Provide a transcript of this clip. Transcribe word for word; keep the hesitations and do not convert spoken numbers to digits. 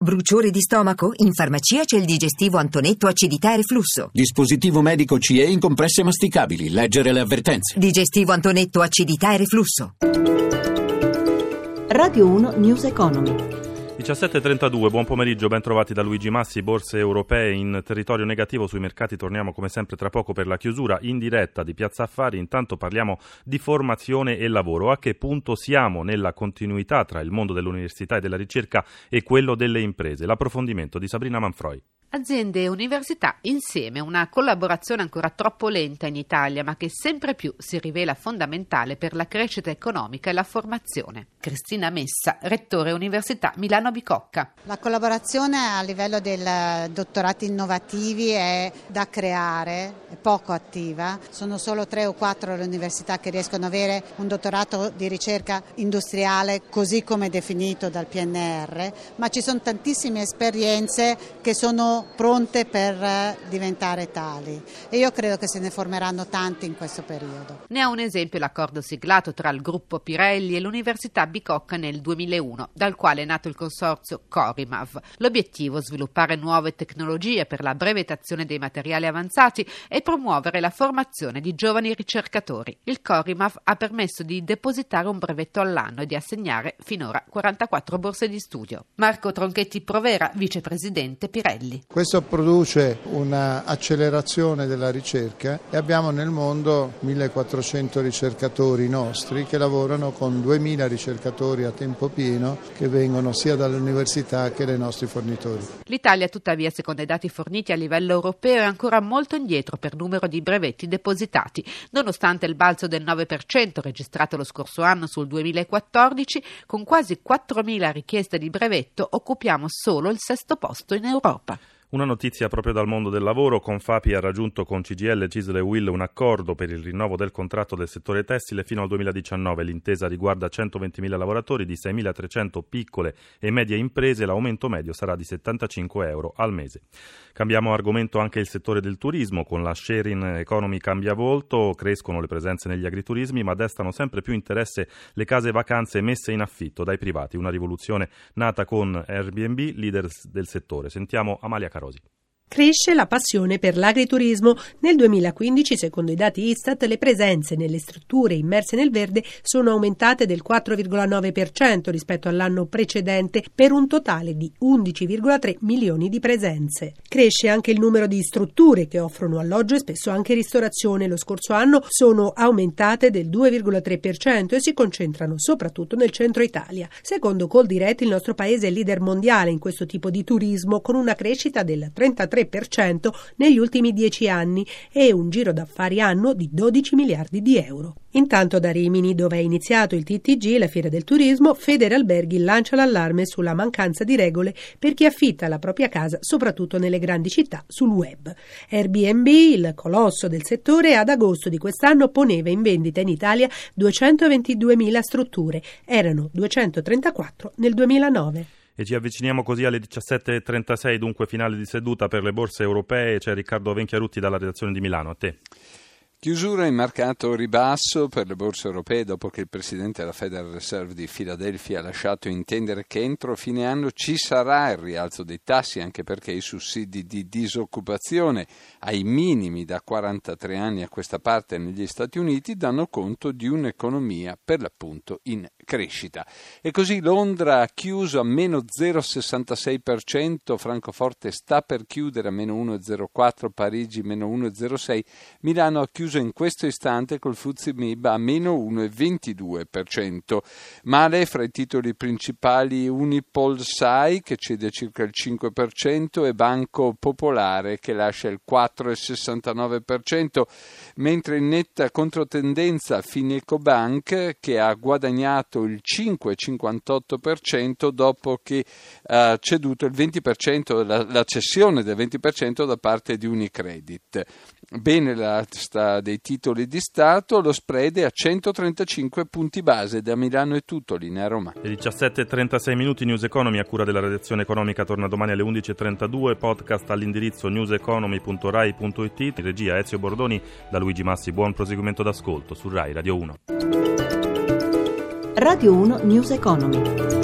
Bruciore di stomaco? In farmacia c'è il digestivo Antonetto acidità e reflusso. Dispositivo medico C E in compresse masticabili. Leggere le avvertenze. Digestivo Antonetto acidità e reflusso. Radio uno News Economy. diciassette e trentadue, buon pomeriggio, ben trovati da Luigi Massi. Borse europee in territorio negativo, sui mercati torniamo come sempre tra poco per la chiusura in diretta di Piazza Affari. Intanto parliamo di formazione e lavoro. A che punto siamo nella continuità tra il mondo dell'università e della ricerca e quello delle imprese? L'approfondimento di Sabrina Manfroi. Aziende e università insieme, una collaborazione ancora troppo lenta in Italia, ma che sempre più si rivela fondamentale per la crescita economica e la formazione. Cristina Messa, rettore Università Milano Bicocca. La collaborazione a livello dei dottorati innovativi è da creare, è poco attiva. Sono solo tre o quattro le università che riescono ad avere un dottorato di ricerca industriale così come definito dal P N R, ma ci sono tantissime esperienze che sono pronte per diventare tali e io credo che se ne formeranno tanti in questo periodo. Ne ha un esempio l'accordo siglato tra il gruppo Pirelli e l'Università Bicocca nel duemilauno, dal quale è nato il consorzio Corimav. L'obiettivo è sviluppare nuove tecnologie per la brevettazione dei materiali avanzati e promuovere la formazione di giovani ricercatori. Il Corimav ha permesso di depositare un brevetto all'anno e di assegnare finora quarantaquattro borse di studio. Marco Tronchetti Provera, vicepresidente Pirelli. Questo produce una accelerazione della ricerca e abbiamo nel mondo millequattrocento ricercatori nostri che lavorano con duemila ricercatori a tempo pieno che vengono sia dalle università che dai nostri fornitori. L'Italia, tuttavia, secondo i dati forniti a livello europeo, è ancora molto indietro per numero di brevetti depositati. Nonostante il balzo del nove per cento registrato lo scorso anno sul duemilaquattordici, con quasi quattromila richieste di brevetto occupiamo solo il sesto posto in Europa. Una notizia proprio dal mondo del lavoro. Confapi ha raggiunto con C G I L, CISL e U I L un accordo per il rinnovo del contratto del settore tessile fino al duemiladiciannove. L'intesa riguarda centoventimila lavoratori di seimilatrecento piccole e medie imprese. L'aumento medio sarà di settantacinque euro al mese. Cambiamo argomento. Anche il settore del turismo. Con la sharing economy cambia volto, crescono le presenze negli agriturismi, ma destano sempre più interesse le case vacanze messe in affitto dai privati. Una rivoluzione nata con Airbnb, leader del settore. Sentiamo Amalia Carosi. Cresce la passione per l'agriturismo. Nel duemilaquindici, secondo i dati Istat, le presenze nelle strutture immerse nel verde sono aumentate del quattro virgola nove per cento rispetto all'anno precedente, per un totale di undici virgola tre milioni di presenze. Cresce anche il numero di strutture che offrono alloggio e spesso anche ristorazione. Lo scorso anno sono aumentate del due virgola tre per cento e si concentrano soprattutto nel centro Italia. Secondo Coldiretti, il nostro paese è leader mondiale in questo tipo di turismo, con una crescita del trentatré per cento negli ultimi dieci anni e un giro d'affari annuo di dodici miliardi di euro. Intanto da Rimini, dove è iniziato il T T G, la Fiera del Turismo, Federalberghi lancia l'allarme sulla mancanza di regole per chi affitta la propria casa, soprattutto nelle grandi città, sul web. Airbnb, il colosso del settore, ad agosto di quest'anno poneva in vendita in Italia duecentoventiduemila strutture, erano duecentotrentaquattro nel duemilanove. E ci avviciniamo così alle diciassette e trentasei, dunque finale di seduta per le borse europee. C'è Riccardo Venchiarutti dalla redazione di Milano. A te. Chiusura in mercato ribasso per le borse europee dopo che il presidente della Federal Reserve di Filadelfia ha lasciato intendere che entro fine anno ci sarà il rialzo dei tassi, anche perché i sussidi di disoccupazione ai minimi da quarantatré anni a questa parte negli Stati Uniti danno conto di un'economia per l'appunto in crescita. E così Londra ha chiuso a meno zero virgola sessantasei per cento, Francoforte sta per chiudere a meno uno virgola zero quattro per cento, Parigi meno uno virgola zero sei per cento, Milano ha chiuso in questo istante col F T S E M I B a meno uno virgola ventidue per cento. Male fra i titoli principali Unipol Sai che cede circa il cinque per cento e Banco Popolare che lascia il quattro virgola sessantanove per cento, mentre in netta controtendenza Finecobank che ha guadagnato il cinque virgola cinquantotto per cento dopo che ha ceduto il venti per cento, la, la cessione del venti per cento da parte di Unicredit. Bene l'asta dei titoli di Stato, lo spread è a centotrentacinque punti base. Da Milano è tutto, linea Roma. Le diciassette e trentasei minuti, News Economy a cura della redazione economica torna domani alle undici e trentadue, podcast all'indirizzo newseconomy punto rai punto it, in regia Ezio Bordoni, da Luigi Massi. Buon proseguimento d'ascolto su Rai Radio uno. Radio uno News Economy.